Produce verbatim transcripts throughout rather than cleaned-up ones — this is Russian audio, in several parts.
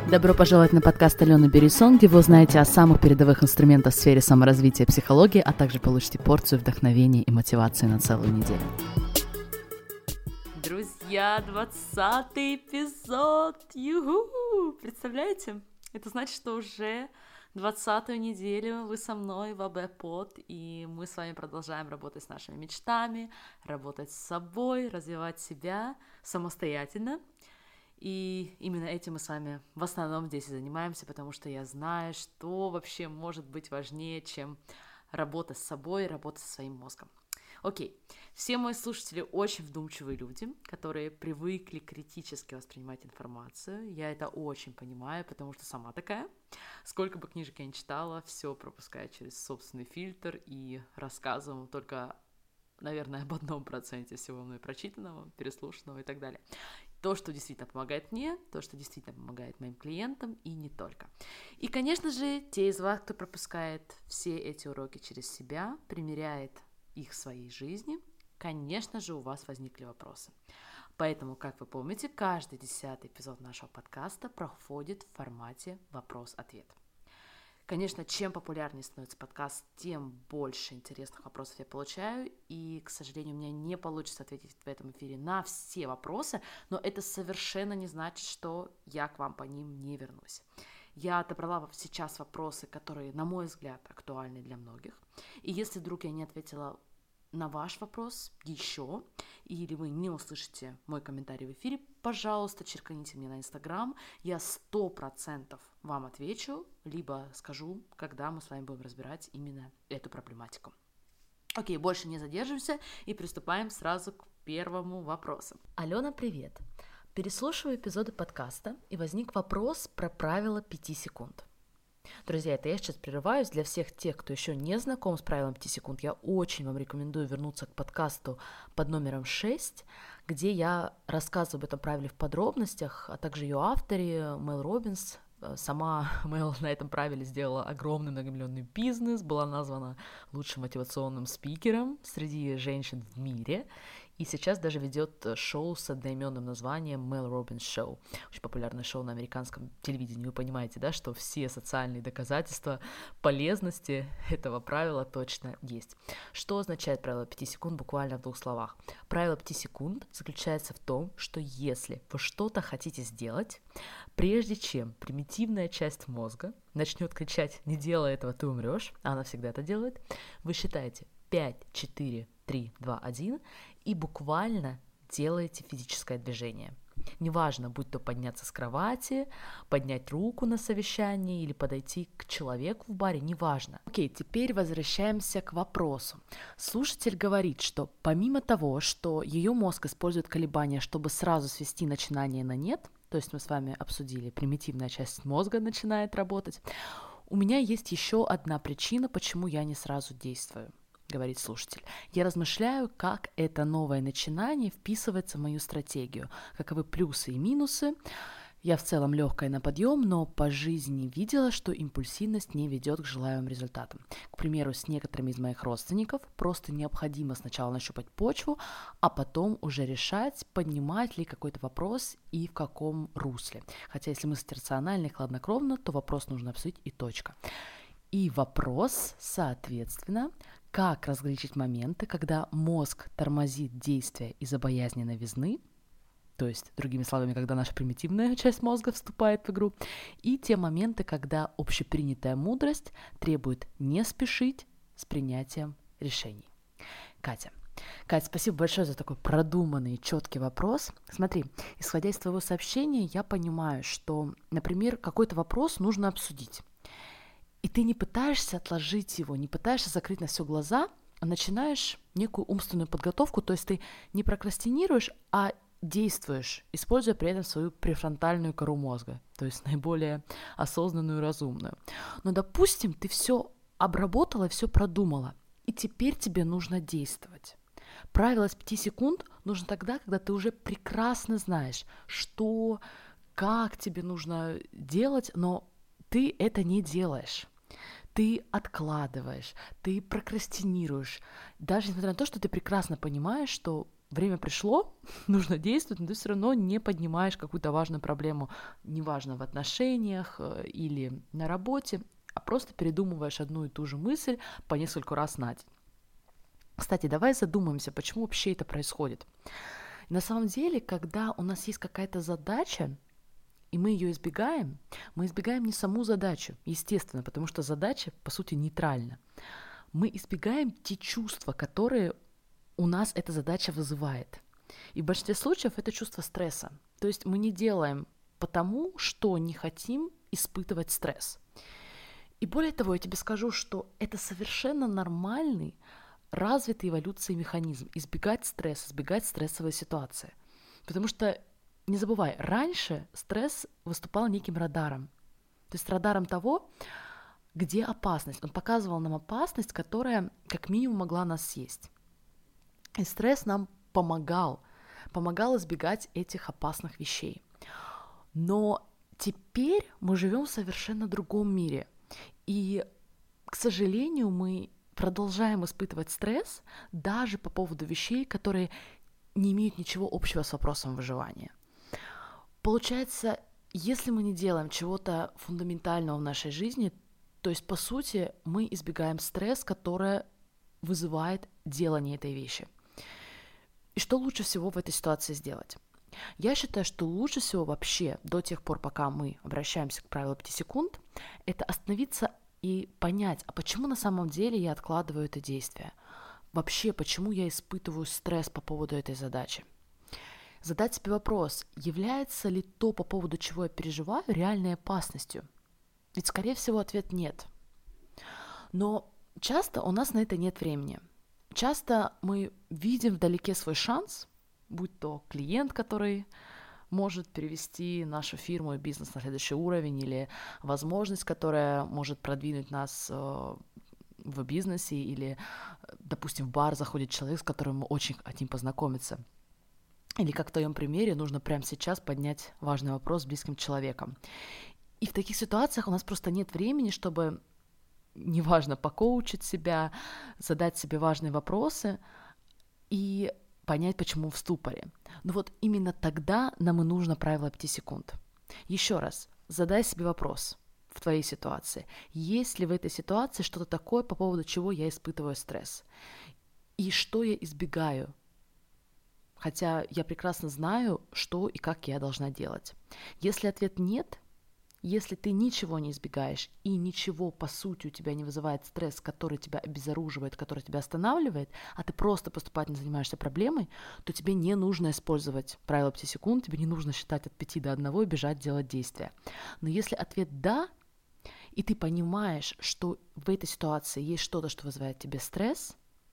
Добро пожаловать на подкаст Алены Берисон, где вы узнаете о самых передовых инструментах в сфере саморазвития и психологии, а также получите порцию вдохновения и мотивации на целую неделю. Друзья, двадцатый эпизод! Юху! Представляете? Это значит, что уже двадцатую неделю вы со мной в АБ-под, и мы с вами продолжаем работать с нашими мечтами, работать с собой, развивать себя самостоятельно. И именно этим мы с вами в основном здесь и занимаемся, потому что я знаю, что вообще может быть важнее, чем работа с собой, работа со своим мозгом. Окей, все мои слушатели очень вдумчивые люди, которые привыкли критически воспринимать информацию. Я это очень понимаю, потому что сама такая. Сколько бы книжек я ни читала, все пропускаю через собственный фильтр и рассказываю только, наверное, об одном проценте всего мной прочитанного, переслушанного и так далее. То, что действительно помогает мне, то, что действительно помогает моим клиентам, и не только. И, конечно же, те из вас, кто пропускает все эти уроки через себя, примеряет их в своей жизни, конечно же, у вас возникли вопросы. Поэтому, как вы помните, каждый десятый эпизод нашего подкаста проходит в формате вопрос-ответ. Конечно, чем популярнее становится подкаст, тем больше интересных вопросов я получаю, и, к сожалению, у меня не получится ответить в этом эфире на все вопросы, но это совершенно не значит, что я к вам по ним не вернусь. Я отобрала сейчас вопросы, которые, на мой взгляд, актуальны для многих, и если вдруг я не ответила на ваш вопрос еще, или вы не услышите мой комментарий в эфире, пожалуйста, черканите мне на Инстаграм, я сто процентов вам отвечу, либо скажу, когда мы с вами будем разбирать именно эту проблематику. Окей, больше не задерживаемся и приступаем сразу к первому вопросу. Алена, привет! Переслушиваю эпизоды подкаста, и возник вопрос про правило пяти секунд. Друзья, это я сейчас прерываюсь. Для всех тех, кто еще не знаком с правилом пяти секунд, я очень вам рекомендую вернуться к подкасту под номером шесть, где я рассказываю об этом правиле в подробностях, а также ее авторе Мэл Робинс. Сама Мэл на этом правиле сделала огромный многомиллионный бизнес, была названа лучшим мотивационным спикером среди женщин в мире, и сейчас даже ведет шоу с одноименным названием Мэл Робинс Шоу. Очень популярное шоу на американском телевидении. Вы понимаете, да, что все социальные доказательства полезности этого правила точно есть. Что означает правило пяти секунд буквально в двух словах? Правило пяти секунд заключается в том, что если вы что-то хотите сделать, прежде чем примитивная часть мозга начнет кричать «не делай этого, ты умрешь», а она всегда это делает, вы считаете пять, четыре, три, два, один и буквально делаете физическое движение. Неважно, будь то подняться с кровати, поднять руку на совещании или подойти к человеку в баре, неважно. Окей, теперь возвращаемся к вопросу. Слушатель говорит, что помимо того, что ее мозг использует колебания, чтобы сразу свести начинание на нет, то есть мы с вами обсудили, примитивная часть мозга начинает работать, у меня есть еще одна причина, почему я не сразу действую. Говорит слушатель. Я размышляю, как это новое начинание вписывается в мою стратегию, каковы плюсы и минусы. Я в целом легкая на подъем, но по жизни видела, что импульсивность не ведет к желаемым результатам. К примеру, с некоторыми из моих родственников просто необходимо сначала нащупать почву, а потом уже решать, поднимать ли какой-то вопрос и в каком русле. Хотя если мыслить рационально и хладнокровно, то вопрос нужно обсудить и точка. И вопрос, соответственно, как разграничить моменты, когда мозг тормозит действия из-за боязни новизны, то есть, другими словами, когда наша примитивная часть мозга вступает в игру, и те моменты, когда общепринятая мудрость требует не спешить с принятием решений. Катя. Катя, спасибо большое за такой продуманный и четкий вопрос. Смотри, исходя из твоего сообщения, я понимаю, что, например, какой-то вопрос нужно обсудить. И ты не пытаешься отложить его, не пытаешься закрыть на все глаза, а начинаешь некую умственную подготовку, то есть ты не прокрастинируешь, а действуешь, используя при этом свою префронтальную кору мозга, то есть наиболее осознанную и разумную. Но, допустим, ты все обработала, все продумала, и теперь тебе нужно действовать. Правило с пяти секунд нужно тогда, когда ты уже прекрасно знаешь, что, как тебе нужно делать, но ты это не делаешь. Ты откладываешь, ты прокрастинируешь. Даже несмотря на то, что ты прекрасно понимаешь, что время пришло, нужно действовать, но ты все равно не поднимаешь какую-то важную проблему, неважно, в отношениях или на работе, а просто передумываешь одну и ту же мысль по нескольку раз на день. Кстати, давай задумаемся, почему вообще это происходит. На самом деле, когда у нас есть какая-то задача, и мы ее избегаем, мы избегаем не саму задачу, естественно, потому что задача, по сути, нейтральна. Мы избегаем те чувства, которые у нас эта задача вызывает. И в большинстве случаев это чувство стресса. То есть мы не делаем потому, что не хотим испытывать стресс. И более того, я тебе скажу, что это совершенно нормальный, развитый эволюцией механизм избегать стресса, избегать стрессовой ситуации. Потому что, не забывай, раньше стресс выступал неким радаром. То есть радаром того, где опасность. Он показывал нам опасность, которая как минимум могла нас съесть. И стресс нам помогал, помогал избегать этих опасных вещей. Но теперь мы живем в совершенно другом мире. И, к сожалению, мы продолжаем испытывать стресс даже по поводу вещей, которые не имеют ничего общего с вопросом выживания. Получается, если мы не делаем чего-то фундаментального в нашей жизни, то есть, по сути, мы избегаем стресс, который вызывает делание этой вещи. И что лучше всего в этой ситуации сделать? Я считаю, что лучше всего вообще до тех пор, пока мы обращаемся к правилу пяти секунд, это остановиться и понять, а почему на самом деле я откладываю это действие? Вообще, почему я испытываю стресс по поводу этой задачи? Задать себе вопрос, является ли то, по поводу чего я переживаю, реальной опасностью? Ведь, скорее всего, ответ нет. Но часто у нас на это нет времени. Часто мы видим вдалеке свой шанс, будь то клиент, который может перевести нашу фирму и бизнес на следующий уровень, или возможность, которая может продвинуть нас в бизнесе, или, допустим, в бар заходит человек, с которым мы очень хотим познакомиться. Или, как в твоем примере, нужно прямо сейчас поднять важный вопрос с близким человеком. И в таких ситуациях у нас просто нет времени, чтобы, неважно, покоучить себя, задать себе важные вопросы и понять, почему в ступоре. Но вот именно тогда нам и нужно правило пяти секунд. Еще раз, задай себе вопрос в твоей ситуации. Есть ли в этой ситуации что-то такое, по поводу чего я испытываю стресс? И что я избегаю? Хотя я прекрасно знаю, что и как я должна делать. Если ответ нет, если ты ничего не избегаешь и ничего, по сути, у тебя не вызывает стресс, который тебя обезоруживает, который тебя останавливает, а ты просто поступательно занимаешься проблемой, то тебе не нужно использовать правило пяти секунд, тебе не нужно считать от пяти до одного и бежать делать действия. Но если ответ «да», и ты понимаешь, что в этой ситуации есть что-то, что вызывает тебе стресс,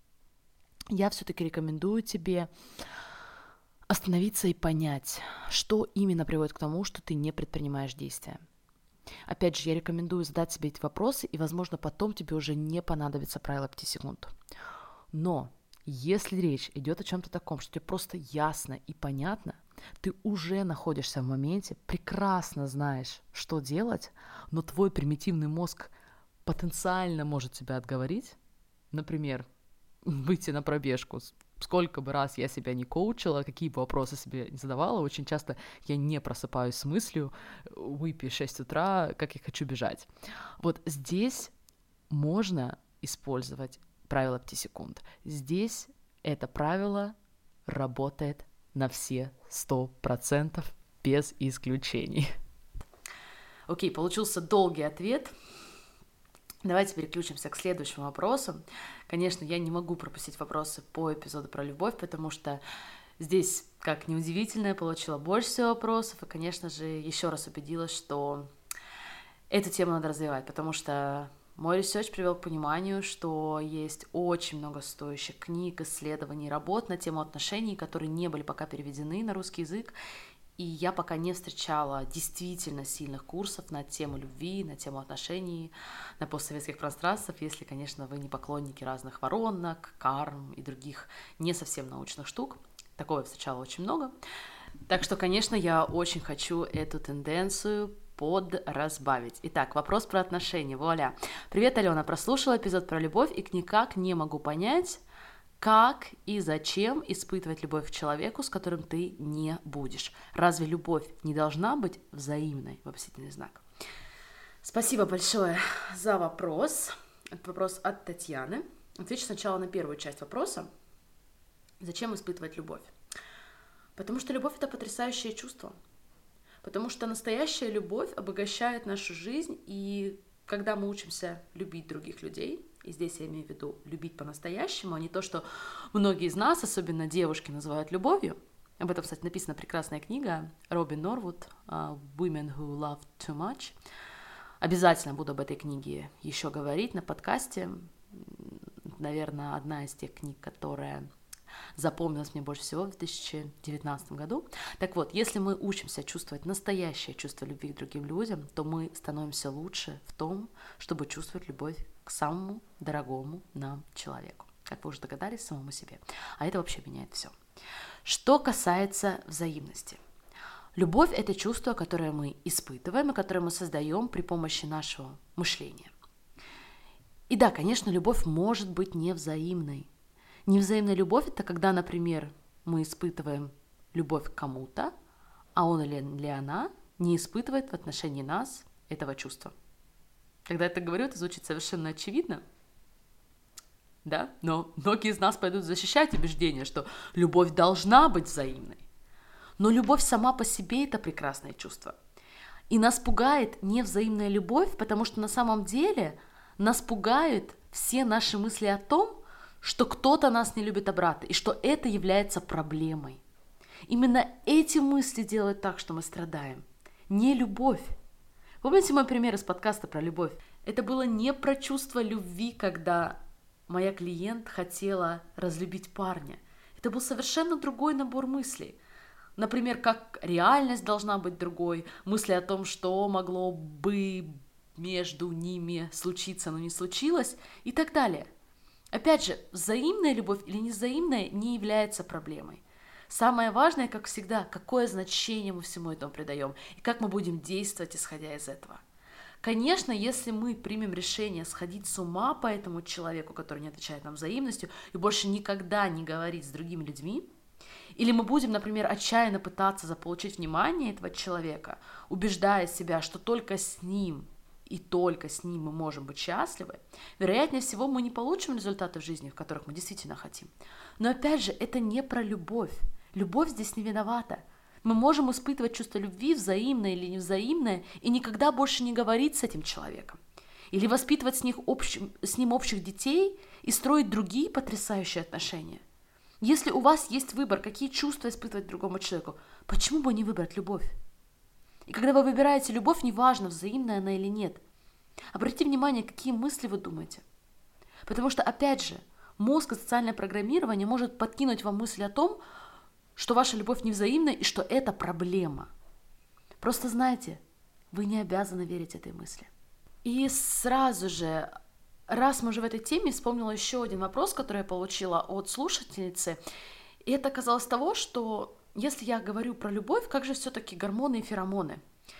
я все-таки рекомендую тебе остановиться и понять, что именно приводит к тому, что ты не предпринимаешь действия. Опять же, я рекомендую задать себе эти вопросы, и, возможно, потом тебе уже не понадобится правило пяти секунд. Но если речь идет о чем-то таком, что тебе просто ясно и понятно, ты уже находишься в моменте, прекрасно знаешь, что делать, но твой примитивный мозг потенциально может тебя отговорить. Например, выйти на пробежку. Сколько бы раз я себя не коучила, какие бы вопросы себе не задавала, очень часто я не просыпаюсь с мыслью «выпей шесть утра, как я хочу бежать». Вот здесь можно использовать правило пяти секунд. Здесь это правило работает на все сто процентов без исключений. Окей, получился долгий ответ. Давайте переключимся к следующему вопросу. Конечно, я не могу пропустить вопросы по эпизоду про любовь, потому что здесь, как ни удивительно, я получила больше всего вопросов, и, конечно же, еще раз убедилась, что эту тему надо развивать, потому что мой ресерч привел к пониманию, что есть очень много стоящих книг, исследований, работ на тему отношений, которые не были пока переведены на русский язык, и я пока не встречала действительно сильных курсов на тему любви, на тему отношений на постсоветских пространствах, если, конечно, вы не поклонники разных воронок, карм и других не совсем научных штук. Такого я встречала очень много. Так что, конечно, я очень хочу эту тенденцию подразбавить. Итак, вопрос про отношения. Вуаля. Привет, Алена. Прослушала эпизод про любовь и никак не могу понять, Как и зачем испытывать любовь к человеку, с которым ты не будешь? Разве любовь не должна быть взаимной? Вопросительный знак. Спасибо большое за вопрос. Это вопрос от Татьяны. Отвечу сначала на первую часть вопроса. Зачем испытывать любовь? Потому что любовь — это потрясающее чувство. Потому что настоящая любовь обогащает нашу жизнь, и когда мы учимся любить других людей, и здесь я имею в виду любить по-настоящему, а не то, что многие из нас, особенно девушки, называют любовью. Об этом, кстати, написана прекрасная книга Робин Норвуд «Women Who Love Too Much». Обязательно буду об этой книге еще говорить на подкасте. Наверное, одна из тех книг, которая запомнилась мне больше всего в две тысячи девятнадцатом году. Так вот, если мы учимся чувствовать настоящее чувство любви к другим людям, то мы становимся лучше в том, чтобы чувствовать любовь к самому дорогому нам человеку. Как вы уже догадались, самому себе. А это вообще меняет все. Что касается взаимности. Любовь — это чувство, которое мы испытываем и которое мы создаем при помощи нашего мышления. И да, конечно, любовь может быть невзаимной. Невзаимная любовь — это когда, например, мы испытываем любовь к кому-то, а он или, или она не испытывает в отношении нас этого чувства. Когда я это говорю, это звучит совершенно очевидно, да? Но многие из нас пойдут защищать убеждение, что любовь должна быть взаимной. Но любовь сама по себе — это прекрасное чувство. И нас пугает невзаимная любовь, потому что на самом деле нас пугают все наши мысли о том, что кто-то нас не любит обратно, и что это является проблемой. Именно эти мысли делают так, что мы страдаем. Не любовь. Помните мой пример из подкаста про любовь? Это было не про чувство любви, когда моя клиент хотела разлюбить парня. Это был совершенно другой набор мыслей. Например, как реальность должна быть другой, мысли о том, что могло бы между ними случиться, но не случилось, и так далее. Опять же, взаимная любовь или невзаимная не является проблемой. Самое важное, как всегда, какое значение мы всему этому придаем и как мы будем действовать, исходя из этого. Конечно, если мы примем решение сходить с ума по этому человеку, который не отвечает нам взаимностью, и больше никогда не говорить с другими людьми, или мы будем, например, отчаянно пытаться заполучить внимание этого человека, убеждая себя, что только с ним и только с ним мы можем быть счастливы, вероятнее всего мы не получим результаты в жизни, в которых мы действительно хотим. Но опять же, это не про любовь. Любовь здесь не виновата. Мы можем испытывать чувство любви, взаимное или невзаимное, и никогда больше не говорить с этим человеком. Или воспитывать с, них общ... с ним общих детей и строить другие потрясающие отношения. Если у вас есть выбор, какие чувства испытывать другому человеку, почему бы не выбрать любовь? И когда вы выбираете любовь, неважно, взаимная она или нет, обратите внимание, какие мысли вы думаете. Потому что, опять же, мозг и социальное программирование может подкинуть вам мысль о том, что ваша любовь невзаимна и что это проблема. Просто знайте, вы не обязаны верить этой мысли. И сразу же, раз мы уже в этой теме, вспомнила еще один вопрос, который я получила от слушательницы. И это касалось того, что если я говорю про любовь, как же все-таки гормоны и феромоны?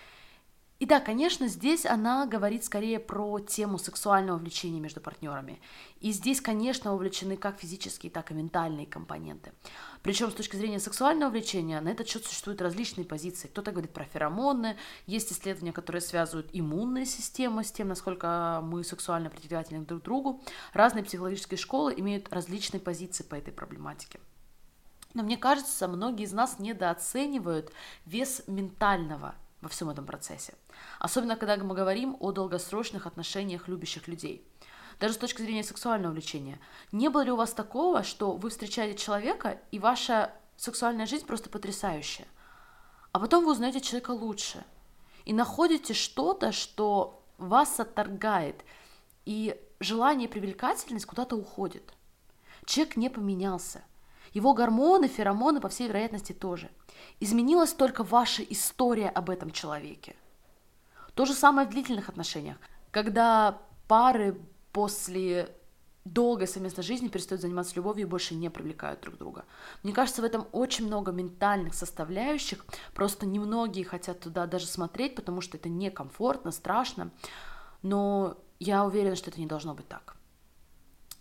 И да, конечно, здесь она говорит скорее про тему сексуального влечения между партнерами. И здесь, конечно, вовлечены как физические, так и ментальные компоненты. Причем с точки зрения сексуального влечения на этот счет существуют различные позиции. Кто-то говорит про феромоны, есть исследования, которые связывают иммунные системы с тем, насколько мы сексуально притягательны друг к другу. Разные психологические школы имеют различные позиции по этой проблематике. Но мне кажется, многие из нас недооценивают вес ментального во всем этом процессе. Особенно, когда мы говорим о долгосрочных отношениях любящих людей. Даже с точки зрения сексуального влечения. Не было ли у вас такого, что вы встречаете человека, и ваша сексуальная жизнь просто потрясающая, а потом вы узнаете человека лучше, и находите что-то, что вас отторгает, и желание и привлекательность куда-то уходит. Человек не поменялся. Его гормоны, феромоны, по всей вероятности, тоже. Изменилась только ваша история об этом человеке. То же самое в длительных отношениях. Когда пары после долгой совместной жизни перестают заниматься любовью и больше не привлекают друг друга. Мне кажется, в этом очень много ментальных составляющих. Просто немногие хотят туда даже смотреть, потому что это некомфортно, страшно. Но я уверена, что это не должно быть так.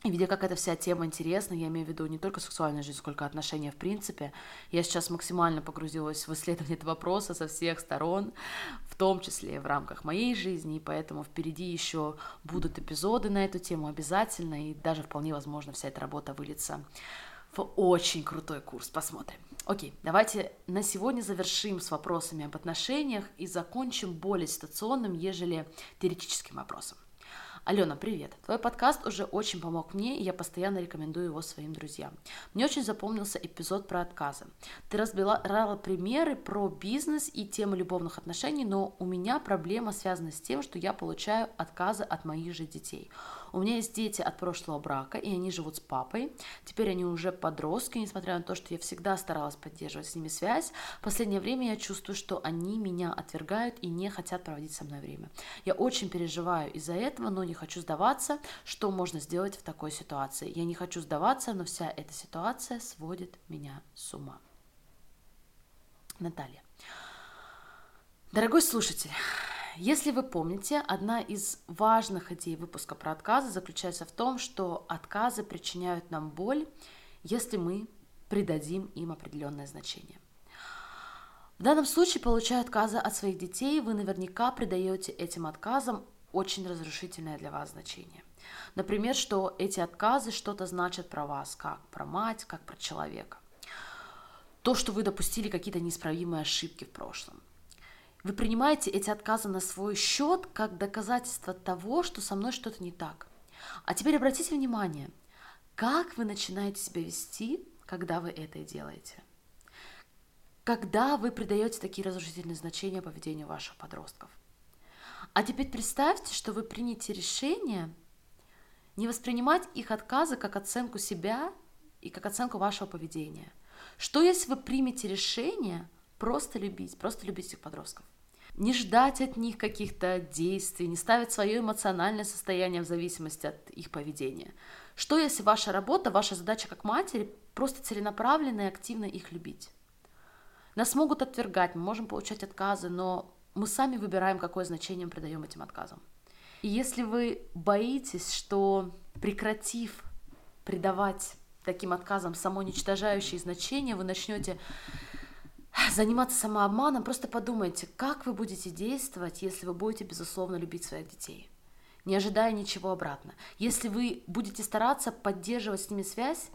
И видя, как эта вся тема интересна, я имею в виду не только сексуальную жизнь, сколько отношения в принципе, я сейчас максимально погрузилась в исследование этого вопроса со всех сторон, в том числе в рамках моей жизни, и поэтому впереди еще будут эпизоды на эту тему обязательно, и даже вполне возможно вся эта работа выльется в очень крутой курс. Посмотрим. Окей, давайте на сегодня завершим с вопросами об отношениях и закончим более ситуационным, ежели теоретическим вопросом. Алена, привет. Твой подкаст уже очень помог мне, и я постоянно рекомендую его своим друзьям. Мне очень запомнился эпизод про отказы. Ты разбирала примеры про бизнес и тему любовных отношений, но у меня проблема связана с тем, что я получаю отказы от моих же детей. У меня есть дети от прошлого брака, и они живут с папой. Теперь они уже подростки, несмотря на то, что я всегда старалась поддерживать с ними связь. В последнее время я чувствую, что они меня отвергают и не хотят проводить со мной время. Я очень переживаю из-за этого, но не хочу сдаваться. Что можно сделать в такой ситуации? Я не хочу сдаваться, но вся эта ситуация сводит меня с ума. Наталья. Дорогой слушатель, если вы помните, одна из важных идей выпуска про отказы заключается в том, что отказы причиняют нам боль, если мы придадим им определенное значение. В данном случае, получая отказы от своих детей, вы наверняка придаете этим отказам очень разрушительное для вас значение. Например, что эти отказы что-то значат про вас, как про мать, как про человека. То, что вы допустили какие-то неисправимые ошибки в прошлом. Вы принимаете эти отказы на свой счет как доказательство того, что со мной что-то не так. А теперь обратите внимание, как вы начинаете себя вести, когда вы это делаете. Когда вы придаете такие разрушительные значения поведению ваших подростков. А теперь представьте, что вы примете решение не воспринимать их отказы как оценку себя и как оценку вашего поведения. Что если вы примете решение просто любить, просто любить этих подростков? Не ждать от них каких-то действий, не ставить свое эмоциональное состояние в зависимости от их поведения. Что если ваша работа, ваша задача как матери просто целенаправленно и активно их любить? Нас могут отвергать, мы можем получать отказы, но мы сами выбираем, какое значение мы придаем этим отказам. И если вы боитесь, что прекратив придавать таким отказам самоуничтожающие значения, вы начнете заниматься самообманом, просто подумайте, как вы будете действовать, если вы будете, безусловно, любить своих детей, не ожидая ничего обратно. Если вы будете стараться поддерживать с ними связь,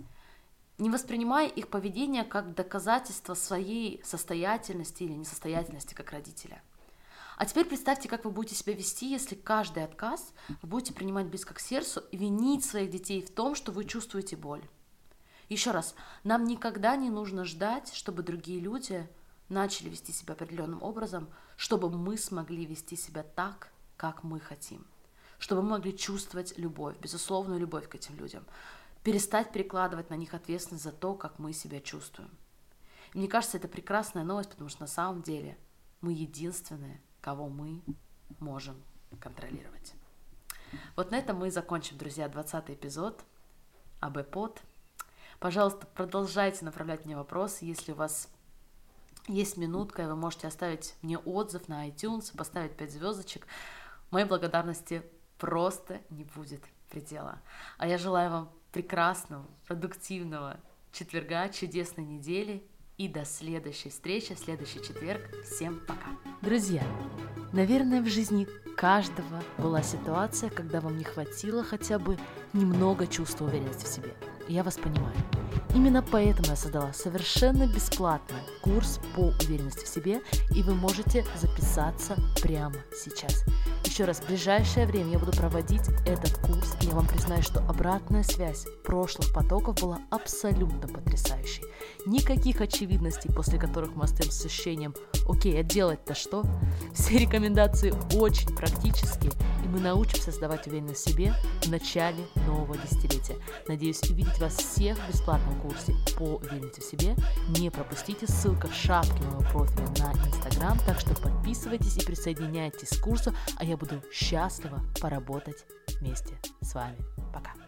не воспринимая их поведение как доказательство своей состоятельности или несостоятельности как родителя. А теперь представьте, как вы будете себя вести, если каждый отказ вы будете принимать близко к сердцу и винить своих детей в том, что вы чувствуете боль. Еще раз, нам никогда не нужно ждать, чтобы другие люди начали вести себя определенным образом, чтобы мы смогли вести себя так, как мы хотим, чтобы мы могли чувствовать любовь, безусловную любовь к этим людям, перестать перекладывать на них ответственность за то, как мы себя чувствуем. И мне кажется, это прекрасная новость, потому что на самом деле мы единственные, кого мы можем контролировать. Вот на этом мы и закончим, друзья, двадцатый эпизод АБ-под. Пожалуйста, продолжайте направлять мне вопросы. Если у вас есть минутка, и вы можете оставить мне отзыв на iTunes, поставить пять звездочек, моей благодарности просто не будет предела. А я желаю вам прекрасного, продуктивного четверга, чудесной недели и до следующей встречи в следующий четверг. Всем пока! Друзья, наверное, в жизни каждого была ситуация, когда вам не хватило хотя бы немного чувства уверенности в себе. Я вас понимаю. Именно поэтому я создала совершенно бесплатный курс по уверенности в себе, и вы можете записаться прямо сейчас. Еще раз, в ближайшее время я буду проводить этот курс, и я вам признаю, что обратная связь прошлых потоков была абсолютно потрясающей. Никаких очевидностей, после которых мы остаемся с ощущением «Окей, а делать-то что?». Все рекомендации очень практические, и мы научимся создавать уверенность в себе в начале нового десятилетия. Надеюсь увидеть вас всех в бесплатном курсе по уверенности в себе. Не пропустите, ссылка в шапке моего профиля на Инстаграм, так что подписывайтесь и присоединяйтесь к курсу, а я буду счастлива поработать вместе с вами. Пока!